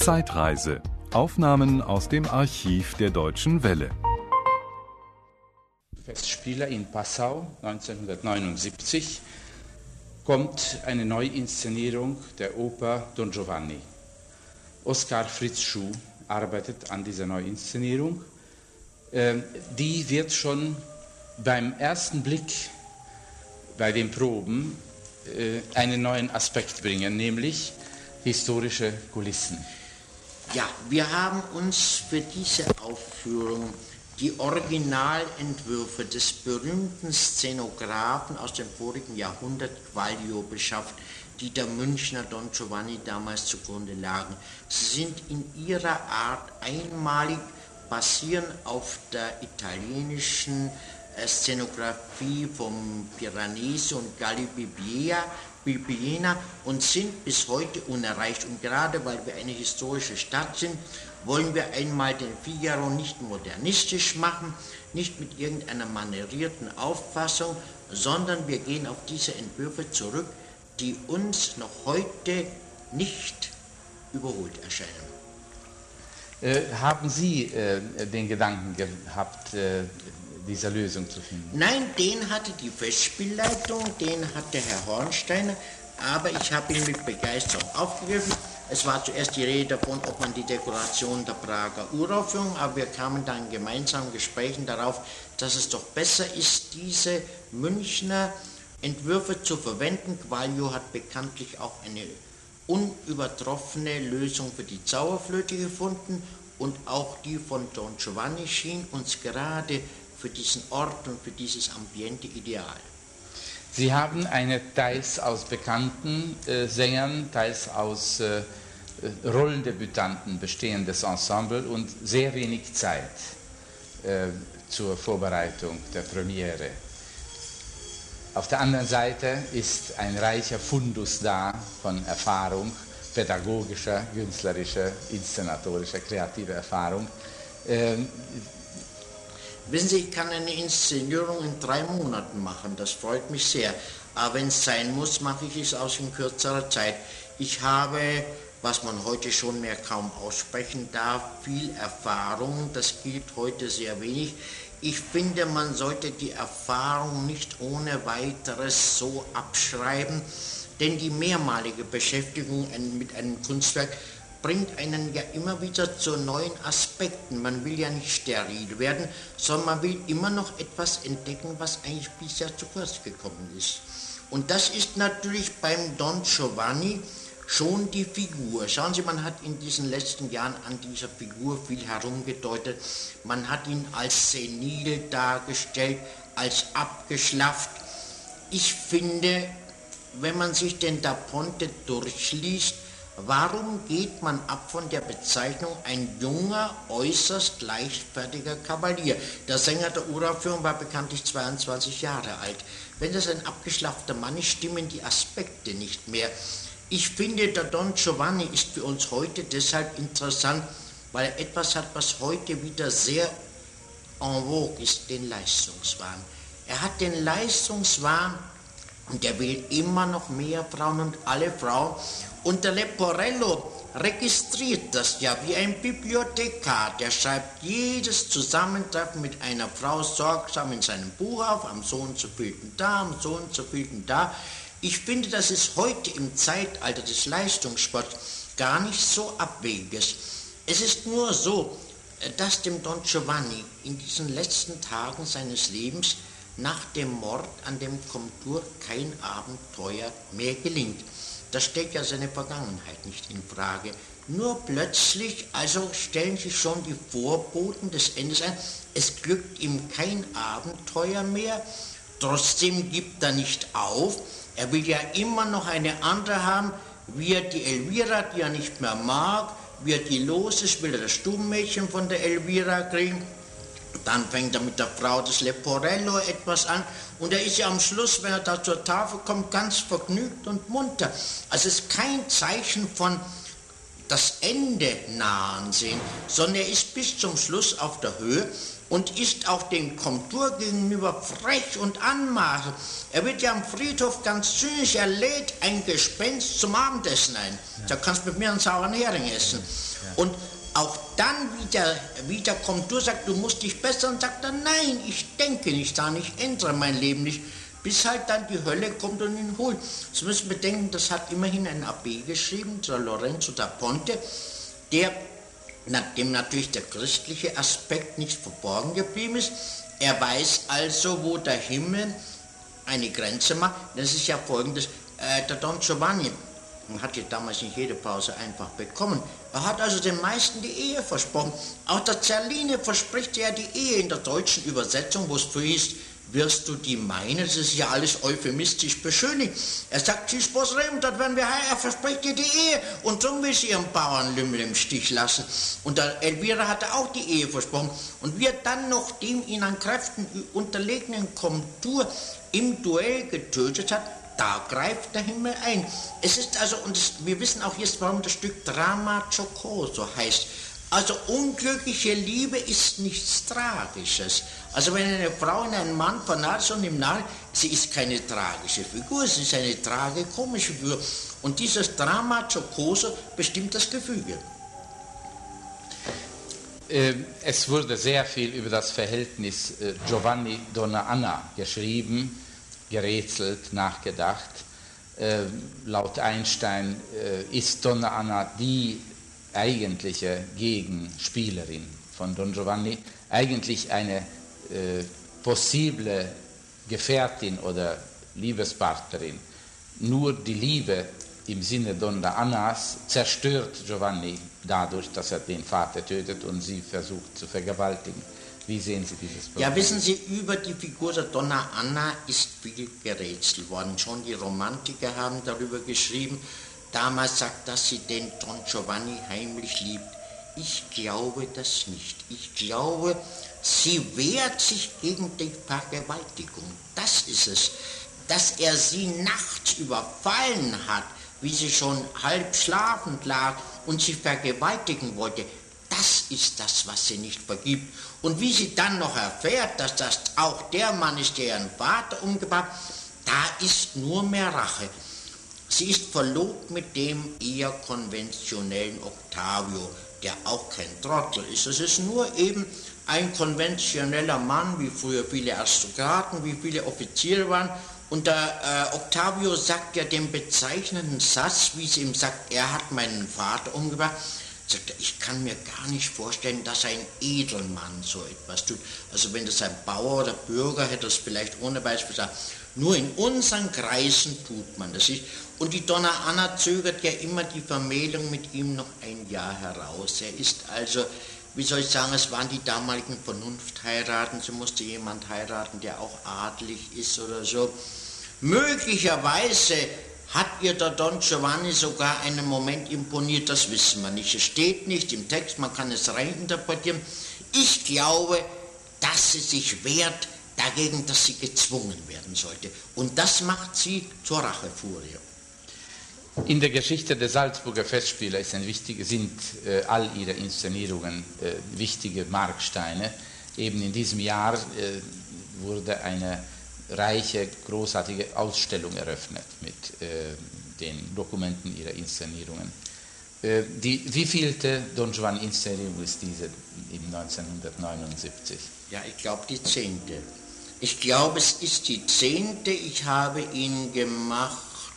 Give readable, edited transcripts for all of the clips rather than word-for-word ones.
Zeitreise. Aufnahmen aus dem Archiv der Deutschen Welle. Festspiele in Passau 1979 kommt eine Neuinszenierung der Oper Don Giovanni. Oskar Fritz Schuh arbeitet an dieser Neuinszenierung. Die wird schon beim ersten Blick bei den Proben einen neuen Aspekt bringen, nämlich historische Kulissen. Ja, wir haben uns für diese Aufführung die Originalentwürfe des berühmten Szenografen aus dem vorigen Jahrhundert Quaglio beschafft, die der Münchner Don Giovanni damals zugrunde lagen. Sie sind in ihrer Art einmalig, basieren auf der italienischen Szenografie vom Piranesi und Galli Bibbiena und sind bis heute unerreicht. Und gerade weil wir eine historische Stadt sind, wollen wir einmal den Figaro nicht modernistisch machen, nicht mit irgendeiner manierierten Auffassung, sondern wir gehen auf diese Entwürfe zurück, die uns noch heute nicht überholt erscheinen. Haben Sie den Gedanken gehabt, diese Lösung zu finden? Nein, den hatte die Festspielleitung, den hatte Herr Hornsteiner, aber ich habe ihn mit Begeisterung aufgegriffen. Es war zuerst die Rede davon, ob man die Dekoration der Prager Uraufführung, aber wir kamen dann in gemeinsamen Gesprächen darauf, dass es doch besser ist, diese Münchner Entwürfe zu verwenden. Quaglio hat bekanntlich auch eine unübertroffene Lösung für die Zauberflöte gefunden und auch die von Don Giovanni schien uns gerade für diesen Ort und für dieses Ambiente ideal. Sie haben eine teils aus bekannten Sängern, teils aus Rollendebütanten bestehendes Ensemble und sehr wenig Zeit zur Vorbereitung der Premiere. Auf der anderen Seite ist ein reicher Fundus da von Erfahrung, pädagogischer, künstlerischer, inszenatorischer, kreativer Erfahrung. Wissen Sie, ich kann eine Inszenierung in 3 Monaten machen, das freut mich sehr. Aber wenn es sein muss, mache ich es auch in kürzerer Zeit. Ich habe, was man heute schon mehr kaum aussprechen darf, viel Erfahrung, das gilt heute sehr wenig. Ich finde, man sollte die Erfahrung nicht ohne weiteres so abschreiben, denn die mehrmalige Beschäftigung mit einem Kunstwerk bringt einen ja immer wieder zu neuen Aspekten. Man will ja nicht steril werden, sondern man will immer noch etwas entdecken, was eigentlich bisher zu kurz gekommen ist. Und das ist natürlich beim Don Giovanni schon die Figur. Schauen Sie, man hat in diesen letzten Jahren an dieser Figur viel herumgedeutet. Man hat ihn als senil dargestellt, als abgeschlafft. Ich finde, wenn man sich den Da Ponte durchliest, warum geht man ab von der Bezeichnung ein junger, äußerst leichtfertiger Kavalier? Der Sänger der Uraufführung war bekanntlich 22 Jahre alt. Wenn das ein abgeschlaffter Mann ist, stimmen die Aspekte nicht mehr. Ich finde, der Don Giovanni ist für uns heute deshalb interessant, weil er etwas hat, was heute wieder sehr en vogue ist, den Leistungswahn. Er hat den Leistungswahn und er will immer noch mehr Frauen und alle Frauen. Und der Leporello registriert das ja wie ein Bibliothekar. Der schreibt jedes Zusammentreffen mit einer Frau sorgsam in seinem Buch auf, am so und so vielten da, am so und so vielten da. Ich finde, das ist heute im Zeitalter des Leistungssports gar nicht so abwegiges. Es ist nur so, dass dem Don Giovanni in diesen letzten Tagen seines Lebens nach dem Mord an dem Komtur kein Abenteuer mehr gelingt. Das stellt ja seine Vergangenheit nicht in Frage. Nur plötzlich, also stellen sich schon die Vorboten des Endes ein. Es glückt ihm kein Abenteuer mehr. Trotzdem gibt er nicht auf. Er will ja immer noch eine andere haben. Wie er die Elvira, die er nicht mehr mag, wie er die los ist, will er das Stubenmädchen von der Elvira kriegen. Dann fängt er mit der Frau des Leporello etwas an und er ist ja am Schluss, wenn er da zur Tafel kommt, ganz vergnügt und munter. Also es ist kein Zeichen von das Ende nahen sehen, sondern er ist bis zum Schluss auf der Höhe und ist auch dem Komtur gegenüber frech und anmaßend. Er wird ja am Friedhof ganz zynisch, er lädt ein Gespenst zum Abendessen ein. Da kannst du mit mir einen sauren Hering essen. Und auch dann, wie der Komtur sagt, du musst dich bessern, sagt er, nein, ich denke nicht daran, ich ändere mein Leben nicht, bis halt dann die Hölle kommt und ihn holt. Sie müssen bedenken, das hat immerhin ein Abbé geschrieben, der Lorenzo da Ponte, dem natürlich der christliche Aspekt nicht verborgen geblieben ist. Er weiß also, wo der Himmel eine Grenze macht. Das ist ja folgendes, der Don Giovanni hat ja damals nicht jede Pause einfach bekommen. Er hat also den meisten die Ehe versprochen. Auch der Zerline verspricht ja die Ehe in der deutschen Übersetzung, wo es früher hieß, wirst du die meine? Das ist ja alles euphemistisch beschönigt. Er sagt, sie sposerem, dort werden wir heiraten, er verspricht ihr die Ehe und darum will sie ihren Bauernlümmel im Stich lassen. Und der Elvira hatte auch die Ehe versprochen. Und wie er dann noch dem ihn an Kräften unterlegenen Komtur im Duell getötet hat, da greift der Himmel ein. Es ist also, und wir wissen auch jetzt, warum das Stück Drama Giocoso heißt. Also unglückliche Liebe ist nichts Tragisches. Also wenn eine Frau in einen Mann vernarrt ist und ihm nahe, sie ist keine tragische Figur, sie ist eine tragikomische Figur. Und dieses Drama Giocoso bestimmt das Gefüge. Es wurde sehr viel über das Verhältnis Giovanni-Donna Anna geschrieben, gerätselt, nachgedacht. Laut Einstein ist Donna Anna die eigentliche Gegenspielerin von Don Giovanni, eigentlich eine possible Gefährtin oder Liebespartnerin. Nur die Liebe im Sinne Donna Annas zerstört Giovanni dadurch, dass er den Vater tötet und sie versucht zu vergewaltigen. Wie sehen Sie dieses Problem? Ja, wissen Sie, über die Figur der Donna Anna ist viel gerätselt worden. Schon die Romantiker haben darüber geschrieben. Damals sagt, dass sie den Don Giovanni heimlich liebt. Ich glaube das nicht. Ich glaube, sie wehrt sich gegen die Vergewaltigung. Das ist es. Dass er sie nachts überfallen hat, wie sie schon halb schlafend lag und sie vergewaltigen wollte, das ist das, was sie nicht vergibt. Und wie sie dann noch erfährt, dass das auch der Mann ist, der ihren Vater umgebracht hat, da ist nur mehr Rache. Sie ist verlobt mit dem eher konventionellen Octavio, der auch kein Trottel ist. Es ist nur eben ein konventioneller Mann, wie früher viele Aristokraten, wie viele Offiziere waren. Und der Octavio sagt ja den bezeichnenden Satz, wie sie ihm sagt, er hat meinen Vater umgebracht. Sagt er, ich kann mir gar nicht vorstellen, dass ein Edelmann so etwas tut. Also wenn das ein Bauer oder Bürger hätte das vielleicht ohne Beispiel gesagt. Nur in unseren Kreisen tut man das nicht. Und die Donna Anna zögert ja immer die Vermählung mit ihm noch ein Jahr heraus. Er ist also, wie soll ich sagen, es waren die damaligen Vernunftheiraten. Sie musste jemand heiraten, der auch adelig ist oder so. Möglicherweise hat ihr der Don Giovanni sogar einen Moment imponiert, das wissen wir nicht. Es steht nicht im Text, man kann es reininterpretieren. Ich glaube, dass sie sich wehrt dagegen, dass sie gezwungen werden sollte. Und das macht sie zur Rachefurie. In der Geschichte der Salzburger Festspiele sind all ihre Inszenierungen wichtige Marksteine. Eben in diesem Jahr wurde eine reiche, großartige Ausstellung eröffnet mit den Dokumenten ihrer Inszenierungen. Wievielte Don Giovanni-Inszenierung ist diese im 1979? Ja, ich glaube die 10. Ich glaube, es ist die 10. Ich habe ihn gemacht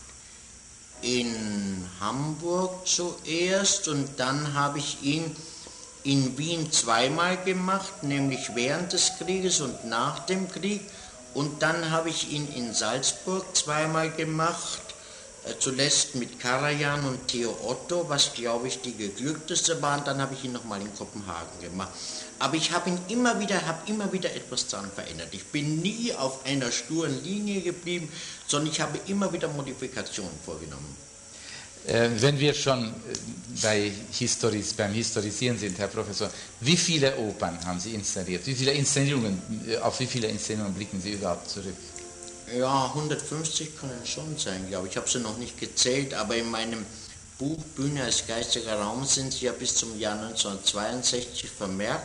in Hamburg zuerst und dann habe ich ihn in Wien zweimal gemacht, nämlich während des Krieges und nach dem Krieg. Und dann habe ich ihn in Salzburg zweimal gemacht, zuletzt mit Karajan und Theo Otto, was glaube ich die geglückteste war. Und dann habe ich ihn nochmal in Kopenhagen gemacht. Aber ich habe immer wieder etwas daran verändert. Ich bin nie auf einer sturen Linie geblieben, sondern ich habe immer wieder Modifikationen vorgenommen. Wenn wir schon beim Historisieren sind, Herr Professor, wie viele Opern haben Sie inszeniert? Auf wie viele Inszenierungen blicken Sie überhaupt zurück? Ja, 150 können schon sein, glaube ich. Ich habe sie noch nicht gezählt, aber in meinem Buch Bühne als geistiger Raum sind sie ja bis zum Jahr 1962 vermerkt.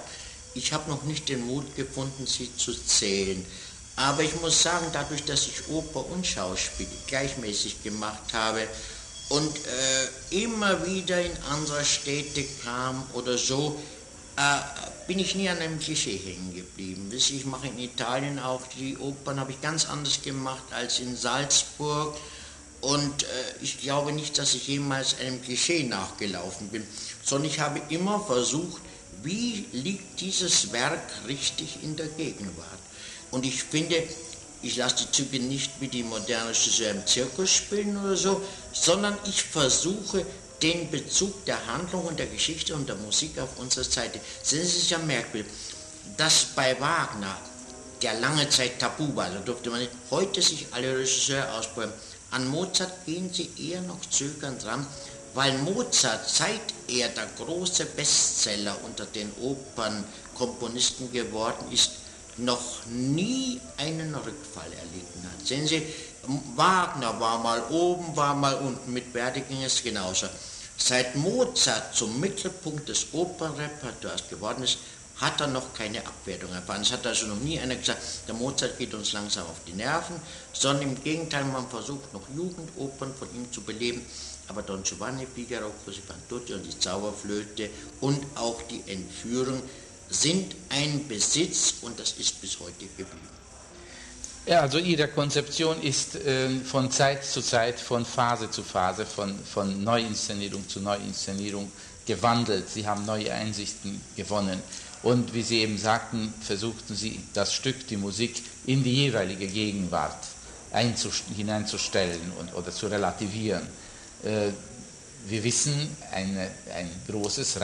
Ich habe noch nicht den Mut gefunden, sie zu zählen. Aber ich muss sagen, dadurch, dass ich Oper und Schauspiel gleichmäßig gemacht habe und immer wieder in andere Städte kam oder so, bin ich nie an einem Klischee hängen geblieben. Ich mache in Italien auch die Opern, habe ich ganz anders gemacht als in Salzburg. Und ich glaube nicht, dass ich jemals einem Klischee nachgelaufen bin, sondern ich habe immer versucht, wie liegt dieses Werk richtig in der Gegenwart. Und ich finde, ich lasse die Züge nicht wie die moderne Regisseur im Zirkus spielen oder so, sondern ich versuche, den Bezug der Handlung und der Geschichte und der Musik auf unsere Seite. Es ist ja merkwürdig, dass bei Wagner, der lange Zeit tabu war, da durfte man nicht, heute sich alle Regisseure ausprobieren. An Mozart gehen sie eher noch zögernd dran, weil Mozart, seit er der große Bestseller unter den Opernkomponisten geworden ist, noch nie einen Rückfall erlitten hat. Sehen Sie, Wagner war mal oben, war mal unten, mit Verdi ging es genauso. Seit Mozart zum Mittelpunkt des Opernrepertoires geworden ist, hat er noch keine Abwertung erfahren. Es hat also noch nie einer gesagt, der Mozart geht uns langsam auf die Nerven, sondern im Gegenteil, man versucht noch Jugendopern von ihm zu beleben. Aber Don Giovanni, Figaro, Così fan tutti und die Zauberflöte und auch die Entführung sind ein Besitz und das ist bis heute geblieben. Ja, also Ihre Konzeption ist von Zeit zu Zeit, von Phase zu Phase, von Neuinszenierung zu Neuinszenierung gewandelt. Sie haben neue Einsichten gewonnen. Und wie Sie eben sagten, versuchten Sie das Stück, die Musik, in die jeweilige Gegenwart hineinzustellen oder zu relativieren. Wir wissen, ein großer,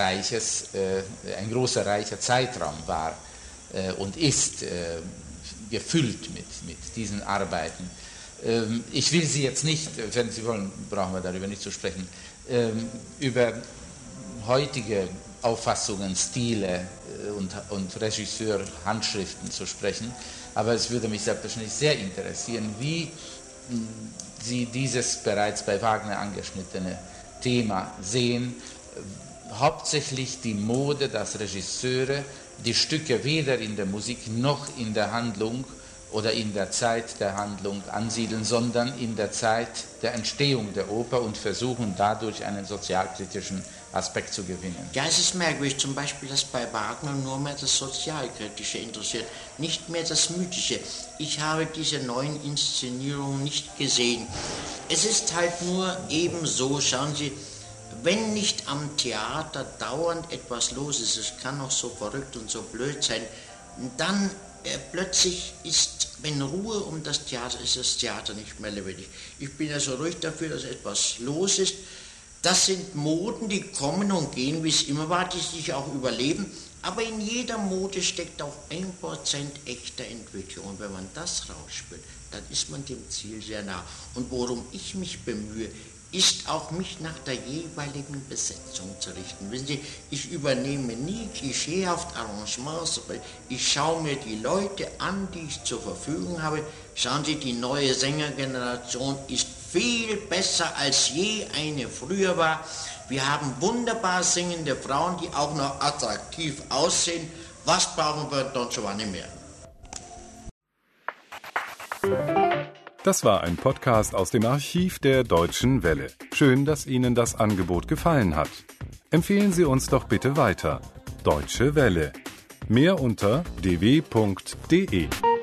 reicher Zeitraum war und ist gefüllt mit diesen Arbeiten. Ich will Sie jetzt nicht, wenn Sie wollen, brauchen wir darüber nicht zu sprechen, über heutige Auffassungen, Stile und Regisseur-Handschriften zu sprechen, aber es würde mich selbstverständlich sehr interessieren, wie Sie dieses bereits bei Wagner angeschnittene Thema sehen, hauptsächlich die Mode, dass Regisseure die Stücke weder in der Musik noch in der Handlung oder in der Zeit der Handlung ansiedeln, sondern in der Zeit der Entstehung der Oper und versuchen dadurch einen sozialkritischen Aspekt zu gewinnen. Ja, es ist merkwürdig, zum Beispiel, dass bei Wagner nur mehr das Sozialkritische interessiert, nicht mehr das Mythische. Ich habe diese neuen Inszenierungen nicht gesehen. Es ist halt nur eben so, schauen Sie, wenn nicht am Theater dauernd etwas los ist, es kann auch so verrückt und so blöd sein, dann plötzlich ist, wenn Ruhe um das Theater ist, das Theater nicht mehr lebendig. Ich bin also ruhig dafür, dass etwas los ist. Das sind Moden, die kommen und gehen, wie es immer war, die sich auch überleben. Aber in jeder Mode steckt auch 1% echter Entwicklung. Und wenn man das rausspürt, dann ist man dem Ziel sehr nah. Und worum ich mich bemühe, ist auch mich nach der jeweiligen Besetzung zu richten. Wissen Sie, ich übernehme nie klischeehaft Arrangements, aber ich schaue mir die Leute an, die ich zur Verfügung habe. Schauen Sie, die neue Sängergeneration ist viel besser als je eine früher war. Wir haben wunderbar singende Frauen, die auch noch attraktiv aussehen. Was brauchen wir Don Giovanni mehr? Das war ein Podcast aus dem Archiv der Deutschen Welle. Schön, dass Ihnen das Angebot gefallen hat. Empfehlen Sie uns doch bitte weiter. Deutsche Welle. Mehr unter dw.de.